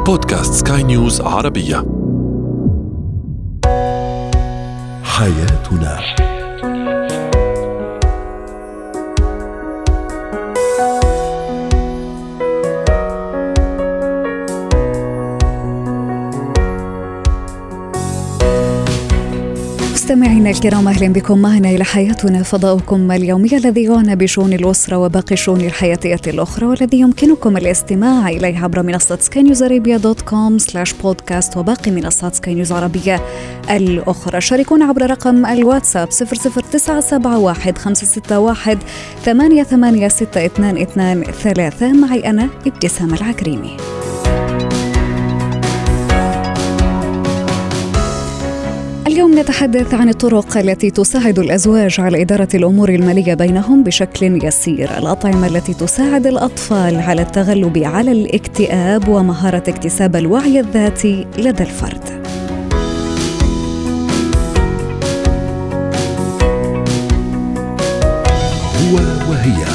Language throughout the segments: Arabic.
بودكاست سكاي نيوز عربية. حياتنا. مستمعينا الكرام، أهلا بكم معنا إلى حياتنا، فضاؤكم اليومي الذي يعنى بشؤون الأسرة وباقي الشؤون الحياتية الأخرى، والذي يمكنكم الاستماع إليه عبر منصة skynewsarabia.com/podcast وباقي منصات سكاي نيوز عربية الأخرى. شاركونا عبر رقم الواتساب 00971 561 886223. معي أنا ابتسام العكريمي. اليوم نتحدث عن الطرق التي تساعد الأزواج على إدارة الأمور المالية بينهم بشكل يسير، الأطعمة التي تساعد الأطفال على التغلب على الاكتئاب، ومهارة اكتساب الوعي الذاتي لدى الفرد. هو وهي.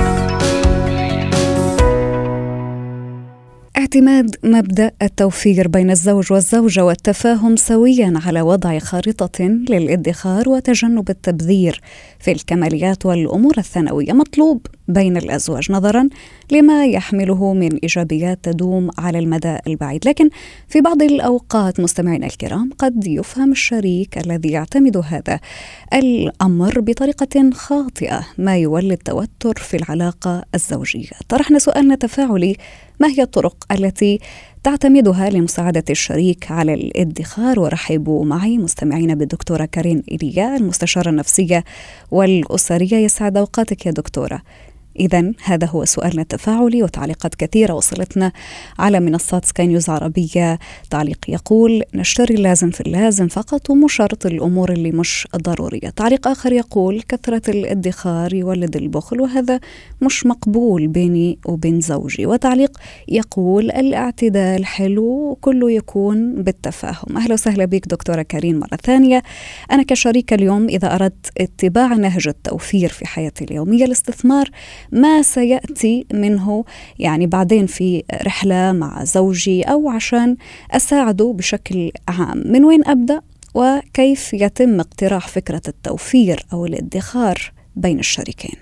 اعتماد مبدأ التوفير بين الزوج والزوجة والتفاهم سويا على وضع خارطة للادخار وتجنب التبذير في الكماليات والأمور الثانوية مطلوب بين الأزواج نظرا لما يحمله من إيجابيات تدوم على المدى البعيد. لكن في بعض الأوقات مستمعينا الكرام قد يفهم الشريك الذي يعتمد هذا الأمر بطريقة خاطئة، ما يولد توتر في العلاقة الزوجية. طرحنا سؤالنا التفاعلي: ما هي الطرق التي تعتمدها لمساعدة الشريك على الادخار؟ ورحبوا معي مستمعين بالدكتورة كارين إيليا، المستشارة النفسية والأسرية. يسعد أوقاتك يا دكتورة. إذن هذا هو سؤالنا التفاعلي، وتعليقات كثيرة وصلتنا على منصات سكاي نيوز عربية. تعليق يقول: نشتري اللازم في اللازم فقط ومش شرط الأمور اللي مش ضرورية. تعليق آخر يقول: كثرة الادخار يولد البخل، وهذا مش مقبول بيني وبين زوجي. وتعليق يقول: الاعتدال حلو، كله يكون بالتفاهم. أهلا وسهلا بك دكتورة كارين مرة ثانية. أنا كشريكة اليوم إذا أردت اتباع نهج التوفير في حياتي اليومية، الاستثمار ما سيأتي منه يعني بعدين في رحلة مع زوجي أو عشان أساعده بشكل عام، من وين أبدأ وكيف يتم اقتراح فكرة التوفير أو الادخار بين الشريكين؟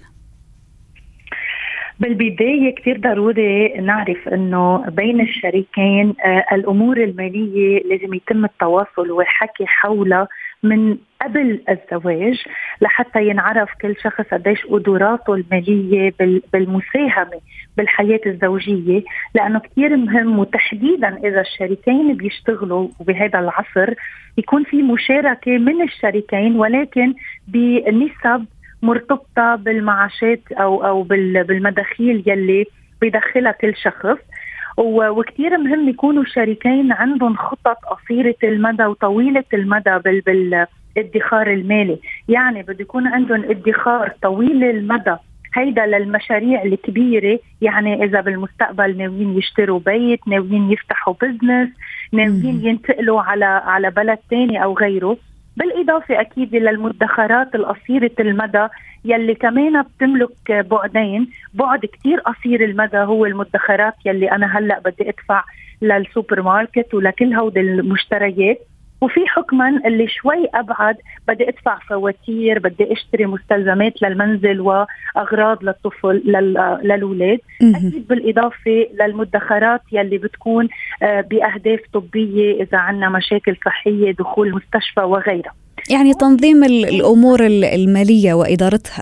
بالبداية كتير ضروري نعرف أنه بين الشريكين الأمور المالية لازم يتم التواصل والحكي حولها من قبل الزواج، لحتى ينعرف كل شخص قديش قدراته المالية بالمساهمة بالحياة الزوجية، لأنه كتير مهم، وتحديدا إذا الشريكين بيشتغلوا وبهذا العصر يكون في مشاركة من الشريكين، ولكن بنسب مرتبطة بالمعاشات أو بالمداخيل يلي بيدخلها كل شخص. وكتير مهم يكونوا الشريكين عندهم خطط قصيرة المدى وطويلة المدى بالادخار المالي. يعني بده يكون عندهم ادخار طويل المدى، هيدا للمشاريع الكبيرة. يعني إذا بالمستقبل ناويين يشتروا بيت، ناويين يفتحوا بزنس، ناويين ينتقلوا على بلد تاني أو غيره. بالإضافة أكيد للمدخرات القصيرة المدى يلي كمان بتملك بعدين. بعد كتير قصير المدى هو المدخرات يلي أنا هلأ بدي أدفع للسوبر ماركت ولكل هود المشتريات، وفي حكما اللي شوي أبعد بدي أدفع فواتير، بدي أشتري مستلزمات للمنزل وأغراض للطفل للولاد. أكيد بالإضافة للمدخرات يلي بتكون بأهداف طبية، إذا عنا مشاكل صحية، دخول مستشفى وغيرها. يعني تنظيم الأمور المالية وإدارتها.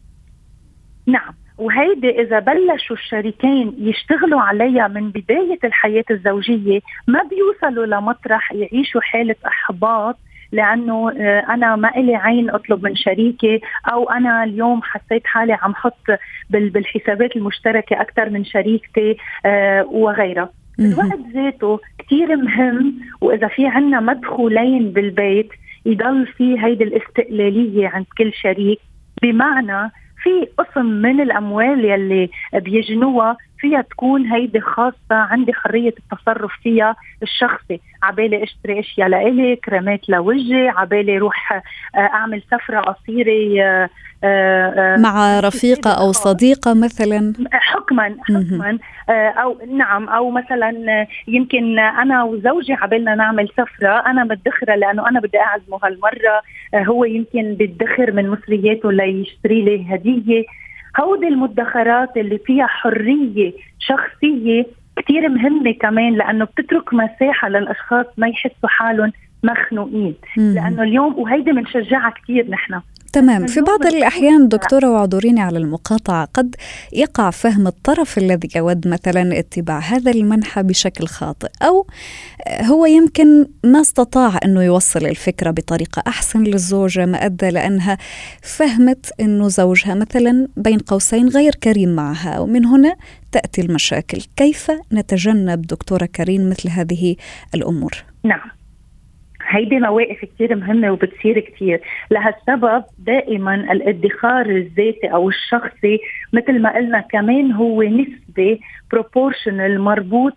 نعم، وهيدي إذا بلشوا الشريكين يشتغلوا عليها من بداية الحياة الزوجية ما بيوصلوا لمطرح يعيشوا حالة إحباط، لأنه أنا ما إلي عين أطلب من شريكي، أو أنا اليوم حسيت حالي عم حط بالحسابات المشتركة أكثر من شريكتي وغيرها. الوقت ذاته كتير مهم، وإذا في عنا مدخولين بالبيت يضل في هيدي الاستقلالية عند كل شريك، بمعنى في قسم من الأموال يلي بيجنوها في فيها تكون هيدي خاصة عندي حرية التصرف فيها الشخصي، عبالي اشتري اشياء لإلي، كريمات لوجهي، عبالي روح اعمل سفرة قصيرة مع رفيقة أو صديقة مثلا، حكما أو نعم، أو مثلا يمكن أنا وزوجي عبالنا نعمل سفرة، أنا مدخرة لأنه أنا بدي أعزمه هالمرة، هو يمكن بيدخر من مصرياته ليشتري لي هدية. هودي المدخرات اللي فيها حرية شخصية كتير مهمة كمان، لأنه بتترك مساحة للأشخاص ما يحسوا حالهم مخنوقين، لأنه اليوم وهيدا منشجعها كتير نحن. تمام. في بعض الأحيان دكتورة، واعذريني على المقاطعة، قد يقع فهم الطرف الذي يود مثلا اتباع هذا المنحى بشكل خاطئ، أو هو يمكن ما استطاع أنه يوصل الفكرة بطريقة أحسن للزوجة، ما أدى لأنها فهمت أنه زوجها مثلا بين قوسين غير كريم معها، ومن هنا تأتي المشاكل. كيف نتجنب دكتورة كريم مثل هذه الأمور؟ نعم، هيدي مواقف كتير مهمة وبتصير كتير. لهالسبب دائما الادخار الذاتي أو الشخصي مثل ما قلنا كمان هو نسبة proportional مربوط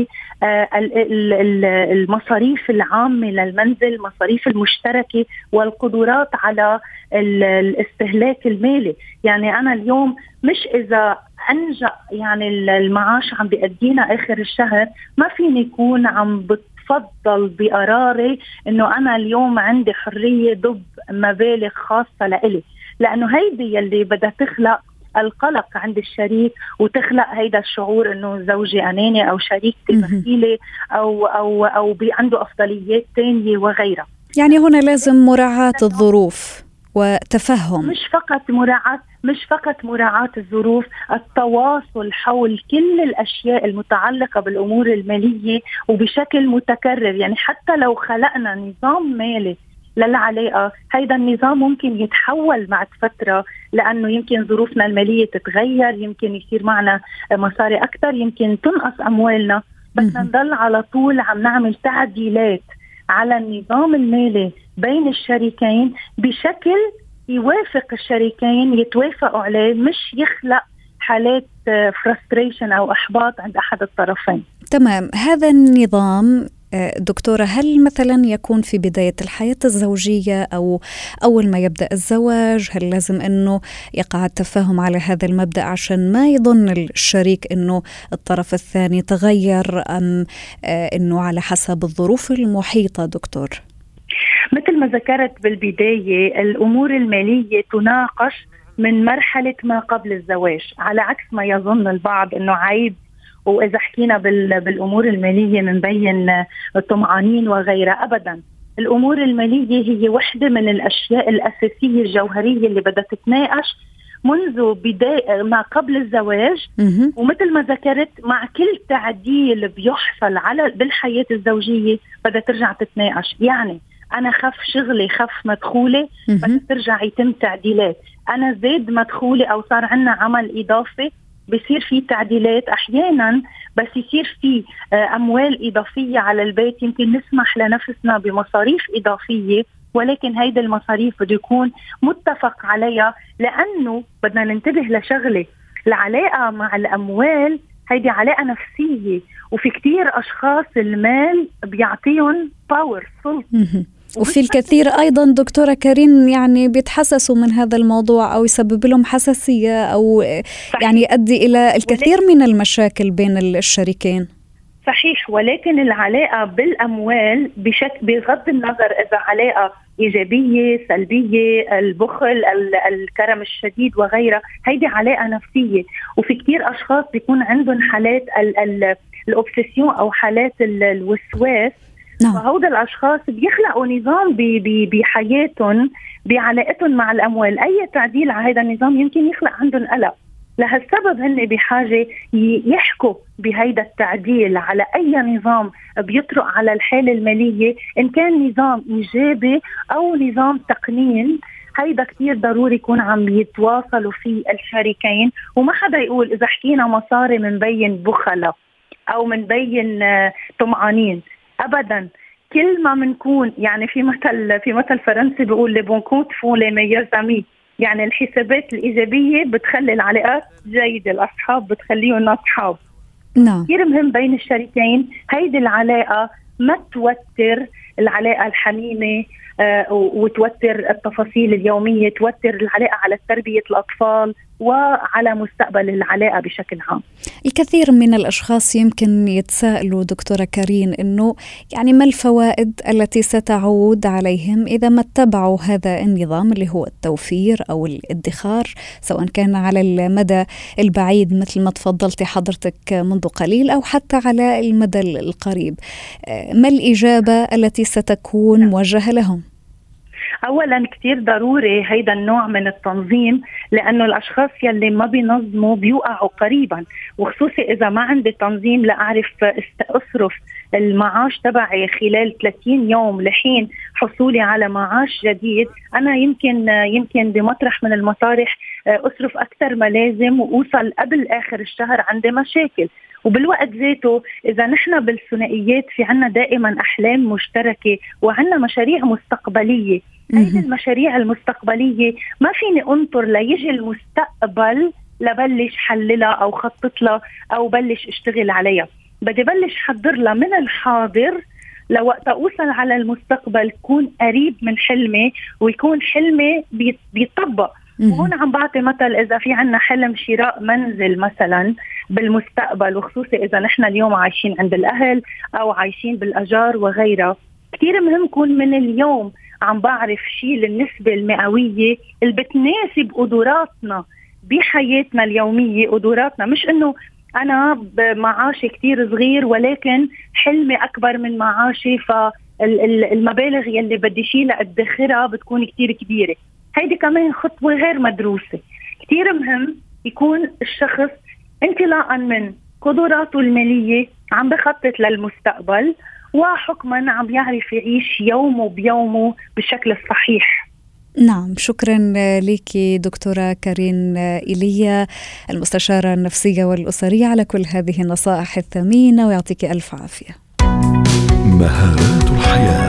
بالمصاريف العامة للمنزل، المصاريف المشتركة والقدرات على الاستهلاك المالي. يعني أنا اليوم مش إذا أنجأ يعني المعاش عم بيأدينا آخر الشهر ما فيني يكون عم بفضل بقراري انه انا اليوم عندي حرية ضب مبالغ خاصة لإلي، لانه هيدي يلي بدها تخلق القلق عند الشريك، وتخلق هيدا الشعور انه زوجي اناني او شريكتي بخيلة او عنده افضليات تانية وغيرها. يعني هنا لازم مراعاة الظروف وتفهم، مش فقط مراعاة الظروف، التواصل حول كل الأشياء المتعلقة بالأمور المالية وبشكل متكرر. يعني حتى لو خلقنا نظام مالي للعلاقة، هيدا النظام ممكن يتحول بعد فترة، لأنه يمكن ظروفنا المالية تتغير، يمكن يصير معنا مصاري أكتر، يمكن تنقص أموالنا، بس نضل على طول عم نعمل تعديلات على النظام المالي بين الشريكين بشكل يوافق الشريكين يتوافقوا عليه، مش يخلق حالات frustration أو إحباط عند أحد الطرفين. تمام. هذا النظام دكتورة هل مثلا يكون في بداية الحياة الزوجية أو أول ما يبدأ الزواج؟ هل لازم أنه يقع التفاهم على هذا المبدأ عشان ما يظن الشريك أنه الطرف الثاني تغير، أم أنه على حسب الظروف المحيطة دكتور؟ مثل ما ذكرت بالبداية، الأمور المالية تناقش من مرحلة ما قبل الزواج، على عكس ما يظن البعض أنه عيب، وإذا حكينا بالأمور المالية منبين طمعانين وغيرها. أبدا، الأمور المالية هي واحدة من الأشياء الأساسية الجوهرية اللي بدها تتناقش منذ بداية ما قبل الزواج. ومثل ما ذكرت، مع كل تعديل بيحصل بالحياة الزوجية بدها ترجع تتناقش. يعني أنا خف شغلي، خف مدخولي، بدها ترجع يتم تعديلات. أنا زاد مدخولي أو صار عنا عمل إضافي، بيصير في تعديلات أحيانا، بس يصير في أموال إضافية على البيت، يمكن نسمح لنفسنا بمصاريف إضافية، ولكن هيدا المصاريف بده يكون متفق عليها، لأنه بدنا ننتبه لشغلة، العلاقة مع الأموال هيدي علاقة نفسية، وفي كتير أشخاص المال بيعطيهم باور، سلطة، وفي الكثير أيضا دكتورة كريم يعني بيتحسسوا من هذا الموضوع أو يسبب لهم حساسية أو يعني يؤدي إلى الكثير من المشاكل بين الشريكين. صحيح، ولكن العلاقة بالأموال بغض النظر إذا علاقة إيجابية سلبية، البخل، الكرم الشديد وغيرها، هيدي علاقة نفسية. وفي كتير أشخاص بيكون عندهم حالات الأوبسيسيون أو حالات الوسواس، فهؤلاء الأشخاص بيخلقوا نظام بحياتهم بعلاقتهم مع الأموال. أي تعديل على هذا النظام يمكن يخلق عندهم قلق. لهالسبب هن بحاجة يحكوا بهيدا التعديل على أي نظام بيطرق على الحالة المالية، إن كان نظام إيجابي أو نظام تقنين. هيدا كتير ضروري يكون عم يتواصلوا فيه الشريكين، وما حدا يقول إذا حكينا مصاري منبين بخلة أو منبين طمعانين. أبدا، كل ما منكون يعني في مثل فرنسي بيقول لي بون كونت فون لي ميور زامي، يعني الحسابات الإيجابية بتخلي العلاقات جيدة، الأصحاب بتخليهم أصحاب. نعم. كثير مهم بين الشريكين هيدي العلاقة ما توتر العلاقة الحميمة وتوتر التفاصيل اليومية، توتر العلاقة على تربية الأطفال وعلى مستقبل العلاقة بشكل عام. الكثير من الأشخاص يمكن يتساءلوا دكتورة كارين إنه يعني ما الفوائد التي ستعود عليهم إذا ما اتبعوا هذا النظام اللي هو التوفير أو الادخار، سواء كان على المدى البعيد مثل ما تفضلتي حضرتك منذ قليل أو حتى على المدى القريب. ما الإجابة التي ستكون موجهة لهم؟ أولا كتير ضروري هيدا النوع من التنظيم، لأنه الأشخاص يلي ما بينظموا بيوقعوا قريبا، وخصوصي إذا ما عندي تنظيم لأعرف أصرف المعاش تبعي خلال 30 يوم لحين حصولي على معاش جديد. أنا يمكن بمطرح من المطارح أصرف أكثر ما لازم وأوصل قبل آخر الشهر عندي مشاكل. وبالوقت ذاته إذا نحن بالثنائيات في عنا دائما أحلام مشتركة وعنا مشاريع مستقبلية، هذه المشاريع المستقبلية ما فيني أنطر ليجي المستقبل لبلش حللها أو خطط لها أو بلش اشتغل عليها. بدي بلش حضر لها من الحاضر لوقت أوصل على المستقبل كون قريب من حلمي ويكون حلمي بيطبق. وهون عم بعطي مثل، إذا في عنا حلم شراء منزل مثلا بالمستقبل، وخصوصي إذا نحن اليوم عايشين عند الأهل أو عايشين بالأجار وغيرها، كتير مهم كون من اليوم عم بعرف شيء للنسبة المئوية اللي بتناسب قدراتنا بحياتنا اليومية. قدراتنا مش إنه أنا بمعاشي كتير صغير ولكن حلمي أكبر من معاشي، فالمبالغ يلي بدي شيلها أدخرها بتكون كتير كبيرة. هيدي كمان خطوة غير مدروسة. كتير مهم يكون الشخص انطلاقا من قدراته المالية عم بخطط للمستقبل، وحكما عم يعرف يعيش يومه بيومه بالشكل الصحيح. نعم، شكرا لك دكتورة كارين إيليا المستشارة النفسية والأسرية على كل هذه النصائح الثمينة، ويعطيك ألف عافية. مهارات الحياة.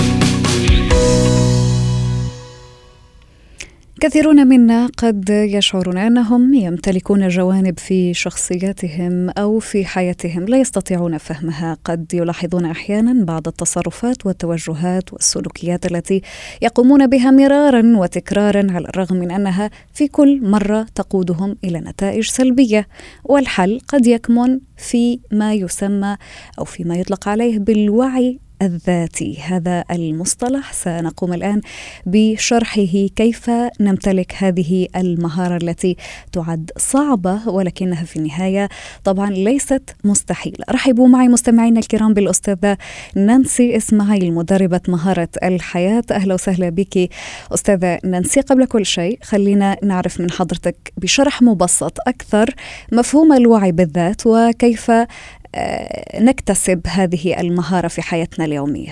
كثيرون منا قد يشعرون أنهم يمتلكون جوانب في شخصياتهم أو في حياتهم لا يستطيعون فهمها. قد يلاحظون أحيانا بعض التصرفات والتوجهات والسلوكيات التي يقومون بها مرارا وتكرارا على الرغم من أنها في كل مرة تقودهم إلى نتائج سلبية. والحل قد يكمن في ما يسمى أو فيما يطلق عليه بالوعي الذاتي. هذا المصطلح سنقوم الآن بشرحه، كيف نمتلك هذه المهارة التي تعد صعبة ولكنها في النهاية طبعا ليست مستحيلة. رحبوا معي مستمعينا الكرام بالأستاذة نانسي إسماعيل، مدربة مهارة الحياة. أهلا وسهلا بك أستاذة نانسي. قبل كل شيء خلينا نعرف من حضرتك بشرح مبسط أكثر مفهوم الوعي بالذات وكيف نكتسب هذه المهارة في حياتنا اليومية.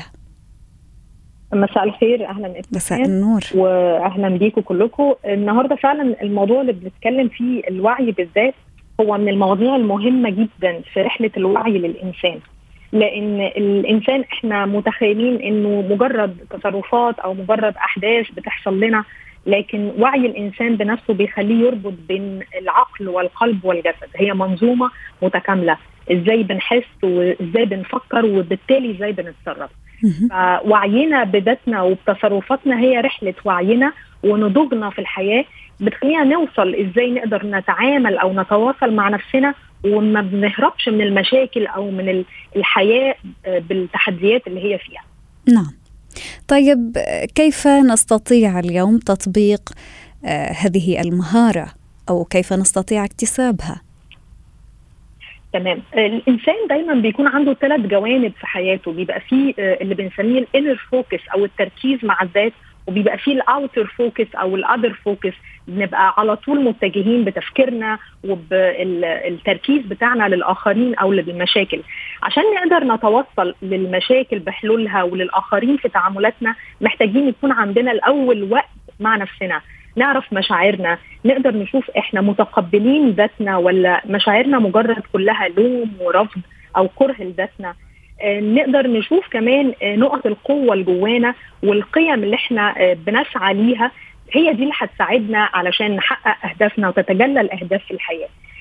مساء الخير، أهلا بكم. مساء النور وأهلا بيكم كلكم. النهاردة فعلا الموضوع اللي بنتكلم فيه الوعي بالذات هو من المواضيع المهمة جدا في رحلة الوعي للإنسان، لأن الإنسان إحنا متخيلين إنه مجرد تصرفات أو مجرد أحداث بتحصل لنا، لكن وعي الإنسان بنفسه بيخليه يربط بين العقل والقلب والجسد. هي منظومة متكاملة، ازاي بنحس وازاي بنفكر وبالتالي ازاي بنتصرف. فوعينا بذاتنا وبتصرفاتنا هي رحلة وعينا ونضوجنا في الحياة بتخلينا نوصل ازاي نقدر نتعامل او نتواصل مع نفسنا وما بنهربش من المشاكل او من الحياة بالتحديات اللي هي فيها. نعم. طيب كيف نستطيع اليوم تطبيق هذه المهارة أو كيف نستطيع اكتسابها؟ تمام. الإنسان دايما بيكون عنده 3 جوانب في حياته، بيبقى فيه اللي بنسميه الانر فوكس أو التركيز مع الذات، وبيبقى فيه الاوتر فوكس أو الأذر فوكس، بنبقى على طول متجهين بتفكيرنا وبالتركيز بتاعنا للآخرين أو للمشاكل. عشان نقدر نتوصل للمشاكل بحلولها وللآخرين في تعاملاتنا محتاجين يكون عندنا الأول وقت مع نفسنا، نعرف مشاعرنا، نقدر نشوف احنا متقبلين ذاتنا ولا مشاعرنا مجرد كلها لوم ورفض او كره لذاتنا. نقدر نشوف كمان نقط القوة اللي جوانا والقيم اللي احنا بنسعى ليها، هي دي اللي هتساعدنا علشان نحقق اهدافنا وتتجلى الاهداف في الحياة.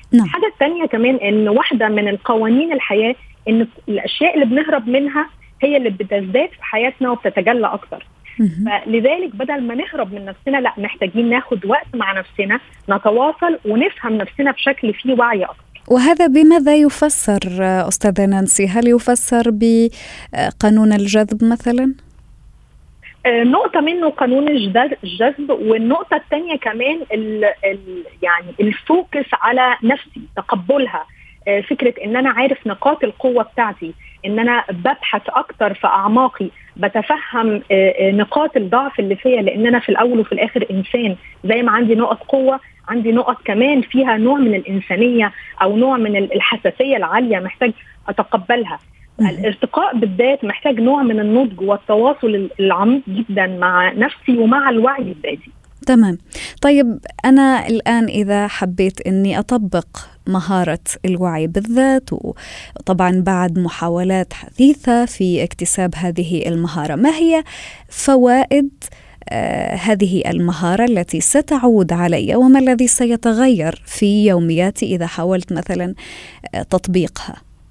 نعم. الحاجة الثانية كمان ان واحدة من القوانين الحياة ان الاشياء اللي بنهرب منها هي اللي بتزداد في حياتنا وبتتجلى اكتر. فلذلك بدل ما نهرب من نفسنا، لا، محتاجين ناخد وقت مع نفسنا، نتواصل ونفهم نفسنا بشكل فيه وعي اكتر. وهذا بماذا يفسر أستاذة نانسي؟ هل يفسر بقانون الجذب مثلا؟ نقطة منه قانون الجذب، والنقطة الثانية كمان يعني الفوكس على نفسي، تقبلها، فكرة ان انا عارف نقاط القوة بتاعتي، ان انا ببحث اكتر في اعماقي، بتفهم نقاط الضعف اللي فيها، لان انا في الاول وفي الاخر انسان. زي ما عندي نقط قوة، عندي نقط كمان فيها نوع من الإنسانية أو نوع من الحساسية العالية محتاج أتقبلها. الارتقاء بالذات محتاج نوع من النضج والتواصل العميق جدا مع نفسي ومع الوعي الذاتي. تمام. طيب أنا الآن إذا حبيت أني أطبق مهارة الوعي بالذات، وطبعا بعد محاولات حثيثة في اكتساب هذه المهارة، ما هي فوائد هذه المهارة التي ستعود علي، وما الذي سيتغير في يومياتي إذا حاولت مثلا تطبيقها؟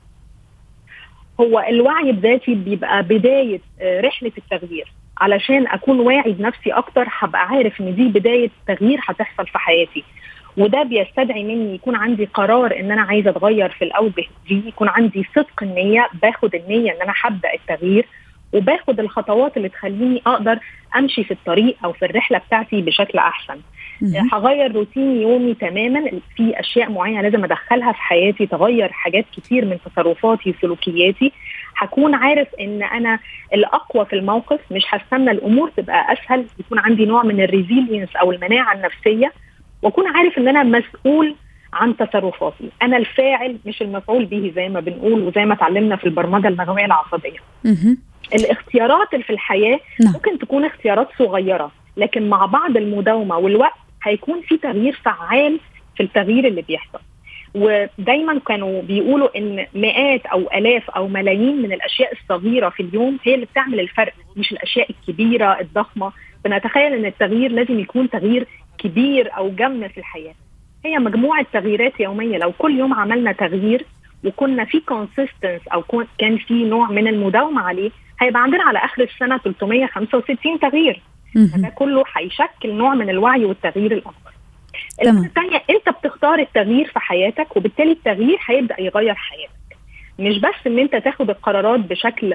هو الوعي بذاتي بيبقى بداية رحلة التغيير. علشان أكون واعي بنفسي أكتر هبقى عارف إن دي بداية تغيير هتحصل في حياتي، وده بيستدعي مني يكون عندي قرار إن أنا عايزة أتغير في الأوجه دي، يكون عندي صدق النية، باخد النية إن أنا هبدأ التغيير، وباخد الخطوات اللي تخليني أقدر أمشي في الطريق أو في الرحلة بتاعتي بشكل أحسن. هغير روتيني يومي تماما، في أشياء معينة لازم أدخلها في حياتي تغير حاجات كتير من تصرفاتي وسلوكياتي. هكون عارف إن أنا الأقوى في الموقف، مش هستنى الأمور تبقى أسهل، يكون عندي نوع من الريزيلينس أو المناعة النفسية، وأكون عارف إن أنا مسؤول عن تصرفاتي، أنا الفاعل مش المفعول به زي ما بنقول وزي ما تعلمنا في البرمجة النغوية العصبية. الاختيارات اللي في الحياة ممكن تكون اختيارات صغيرة، لكن مع بعض المداومة والوقت هيكون في تغيير فعال في التغيير اللي بيحصل. ودايما كانوا بيقولوا ان مئات او الاف او ملايين من الاشياء الصغيرة في اليوم هي اللي بتعمل الفرق، مش الاشياء الكبيرة الضخمة. بنتخيل ان التغيير لازم يكون تغيير كبير او جم في الحياة. هي مجموعة تغييرات يومية، لو كل يوم عملنا تغيير وكنا في كونسيستنس او كان في نوع من المداومة عليه، هيبقى عندنا على آخر السنة 365 تغيير. ده كله هيشكل نوع من الوعي والتغيير الأكبر. الثانية، أنت بتختار التغيير في حياتك، وبالتالي التغيير هيبدأ يغير حياتك. مش بس أن أنت تاخد القرارات بشكل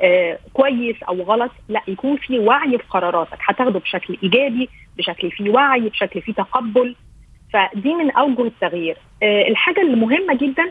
كويس أو غلط، لا، يكون في وعي في قراراتك، هتاخده بشكل إيجابي، بشكل فيه وعي، بشكل فيه تقبل. فدي من أوجه التغيير. الحاجة المهمة جدا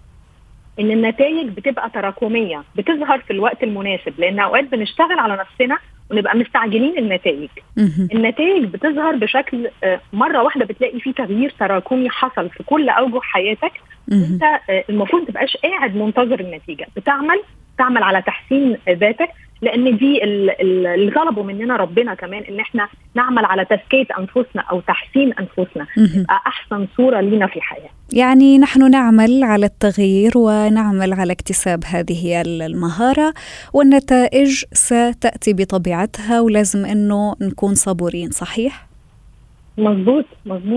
إن النتائج بتبقى تراكمية، بتظهر في الوقت المناسب، لأن أوقات بنشتغل على نفسنا ونبقى مستعجلين النتائج. النتائج بتظهر بشكل مرة واحدة، بتلاقي فيه تغيير تراكمي حصل في كل أوجه حياتك. أنت المفروض تبقاش قاعد منتظر النتيجة، تعمل على تحسين ذاتك، لأن دي اللي طلبوا مننا ربنا كمان، إن احنا نعمل على تزكية أنفسنا أو تحسين أنفسنا، تبقى أحسن صورة لنا في الحياة. يعني نحن نعمل على التغيير ونعمل على اكتساب هذه المهارة، والنتائج ستأتي بطبيعتها، ولازم إنه نكون صبورين. صحيح؟ مظبوط.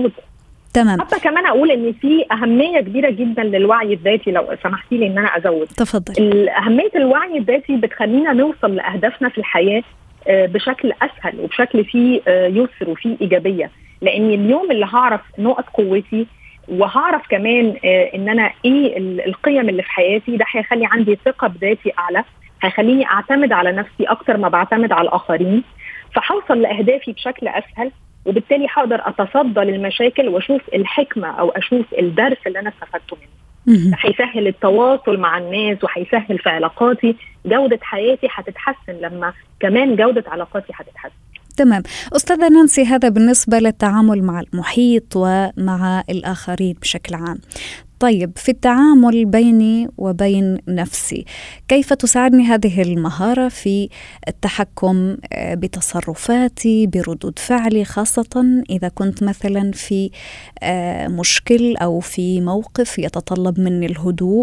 تمام. حتى كمان أقول إن في أهمية كبيرة جدا للوعي الذاتي، لو سمحتي لي إن أنا أزود. تفضل. أهمية الوعي الذاتي بتخلينا نوصل لأهدافنا في الحياة بشكل أسهل وبشكل فيه يسر وفيه إيجابية. لأن اليوم اللي هعرف نقط قوتي، وهعرف كمان إن أنا إيه القيم اللي في حياتي، ده هيخلي عندي ثقة بذاتي أعلى، هيخليني أعتمد على نفسي أكتر ما بعتمد على الآخرين، فحوصل لأهدافي بشكل أسهل، وبالتالي هقدر أتصدى للمشاكل وأشوف الحكمة أو أشوف الدرس اللي أنا استفدته منه. هيسهل التواصل مع الناس، وهيسهل في علاقاتي، جودة حياتي هتتحسن لما كمان جودة علاقاتي هتتحسن. تمام. أستاذة نانسي، هذا بالنسبة للتعامل مع المحيط ومع الآخرين بشكل عام. طيب، في التعامل بيني وبين نفسي، كيف تساعدني هذه المهارة في التحكم بتصرفاتي، بردود فعلي، خاصة إذا كنت مثلا في مشكل أو في موقف يتطلب مني الهدوء،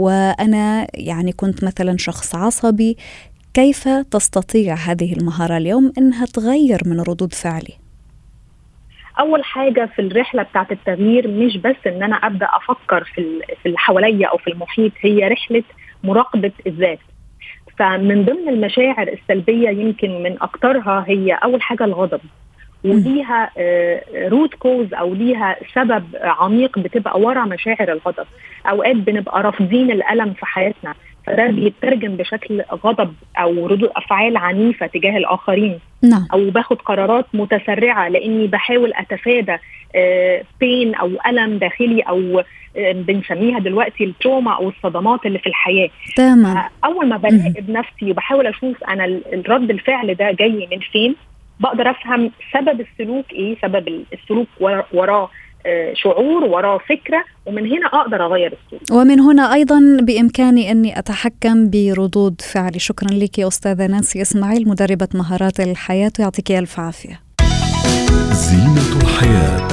وأنا يعني كنت مثلا شخص عصبي؟ كيف تستطيع هذه المهارة اليوم إنها تغير من ردود فعلي؟ اول حاجه في الرحله بتاعه التغيير مش بس ان انا ابدا افكر في اللي حواليا او في المحيط، هي رحله مراقبه الذات. فمن ضمن المشاعر السلبيه يمكن من اكترها هي اول حاجه الغضب، وليها روت كوز او ليها سبب عميق بتبقى ورا مشاعر الغضب. اوقات بنبقى رافضين الالم في حياتنا، فده بيترجم بشكل غضب او ردود افعال عنيفه تجاه الاخرين. نعم. او باخد قرارات متسرعه لاني بحاول اتفادى بين او الم داخلي، او بنسميها دلوقتي التروما او الصدمات اللي في الحياه. تمام. اول ما براقب نفسي وبحاول اشوف انا الرد الفعل ده جاي من فين، بقدر افهم سبب السلوك ايه، سبب السلوك وراه شعور، وراه فكرة، ومن هنا أقدر أغير السلوك. ومن هنا أيضا بإمكاني أني أتحكم بردود فعلي. شكرا لك يا أستاذة نانسي إسماعيل، مدربة مهارات الحياة، ويعطيك ألف عافية. زينة الحياة.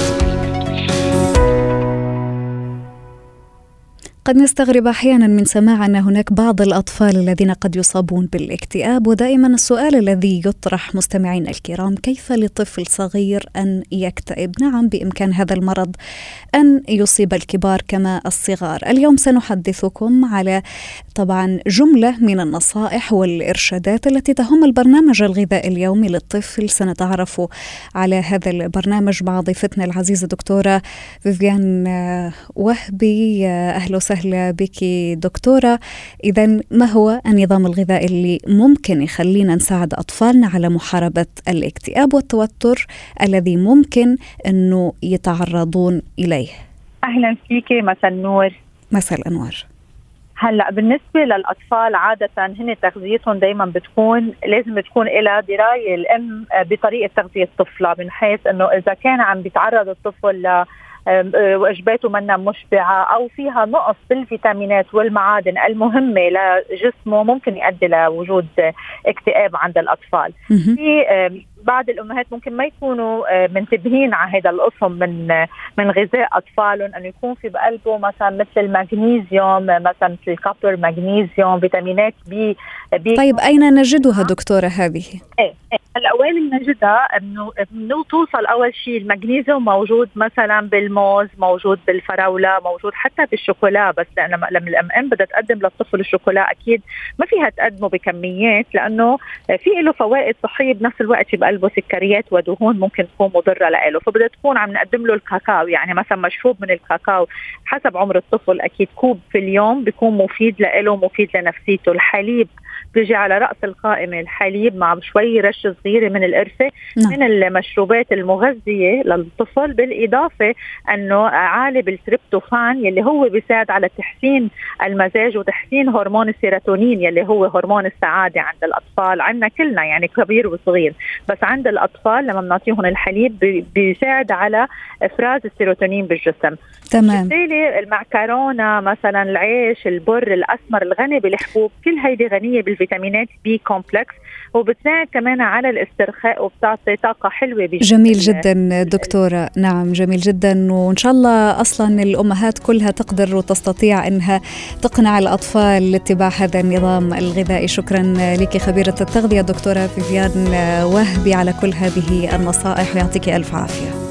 قد نستغرب أحيانا من سماع أن هناك بعض الأطفال الذين قد يصابون بالاكتئاب، ودائما السؤال الذي يطرح مستمعين الكرام: كيف لطفل صغير أن يكتئب؟ نعم، بإمكان هذا المرض أن يصيب الكبار كما الصغار. اليوم سنحدثكم على طبعا جملة من النصائح والإرشادات التي تهم البرنامج الغذائي اليومي للطفل. سنتعرف على هذا البرنامج مع ضيفتنا العزيزة دكتورة فيفيان وهبي. أهلا وسهلا بك دكتورة. إذن ما هو النظام الغذائي اللي ممكن يخلينا نساعد أطفالنا على محاربة الاكتئاب والتوتر الذي ممكن أنه يتعرضون إليه؟ أهلا فيك، مساء النور. مساء الأنوار. هلا بالنسبة للأطفال عادة هن تغذيتهم دايما لازم تكون إلى دراية الأم بطريقة تغذية طفلها، من حيث أنه إذا كان عم بيتعرض الطفل وجباته منا مشبعة أو فيها نقص بالفيتامينات والمعادن المهمة لجسمه، ممكن يؤدي لوجود اكتئاب عند الأطفال. في بعض الأمهات ممكن ما يكونوا منتبهين على هذا القسم من غذاء أطفالهم، أنه يكون في بقلبه مثلا مثل المغنيسيوم، مثلا في الكوبر، مغنيسيوم، فيتامينات بي. طيب أين نجدها دكتورة هذه؟ الأول نجدها إنه توصل أول شيء المغنيسيوم موجود مثلا بالموز، موجود بالفراولة، موجود حتى بالشوكولا. بس لما الأم بدها تقدم للطفل الشوكولا أكيد ما فيها تقدمه بكميات، لأنه في له فوائد صحية بنفس الوقت بقلبه سكريات ودهون ممكن تكون مضرة له. فبدها تكون عم نقدم له الكاكاو، يعني مثلا مشروب من الكاكاو حسب عمر الطفل، أكيد كوب في اليوم بيكون مفيد له، مفيد لنفسيته. الحليب بيجي على رأس القائمة، الحليب مع شوي رشة صغيرة من القرفة من المشروبات المغذية للطفل، بالإضافة أنه عالي بالتريبتوفان يلي هو بيساعد على تحسين المزاج وتحسين هرمون السيروتونين يلي هو هرمون السعادة عند الأطفال، عندنا كلنا يعني كبير وصغير، بس عند الأطفال لما بنعطيهم الحليب بيساعد على إفراز السيروتونين بالجسم. تمام. بالتالي المعكرونة مثلا، العيش، البر الأسمر الغني بالحبوب، كل هيدي غنية بالفيتامينات بي كومبلكس، وبتساعد كمان على الاسترخاء وبتعطي طاقة حلوة. جميل جدا دكتورة. نعم، جميل جدا. وإن شاء الله أصلا الأمهات كلها تقدر وتستطيع أنها تقنع الأطفال لاتباع هذا النظام الغذائي. شكرا لك خبيرة التغذية دكتورة فيفيان وهبي على كل هذه النصائح، ويعطيك ألف عافية.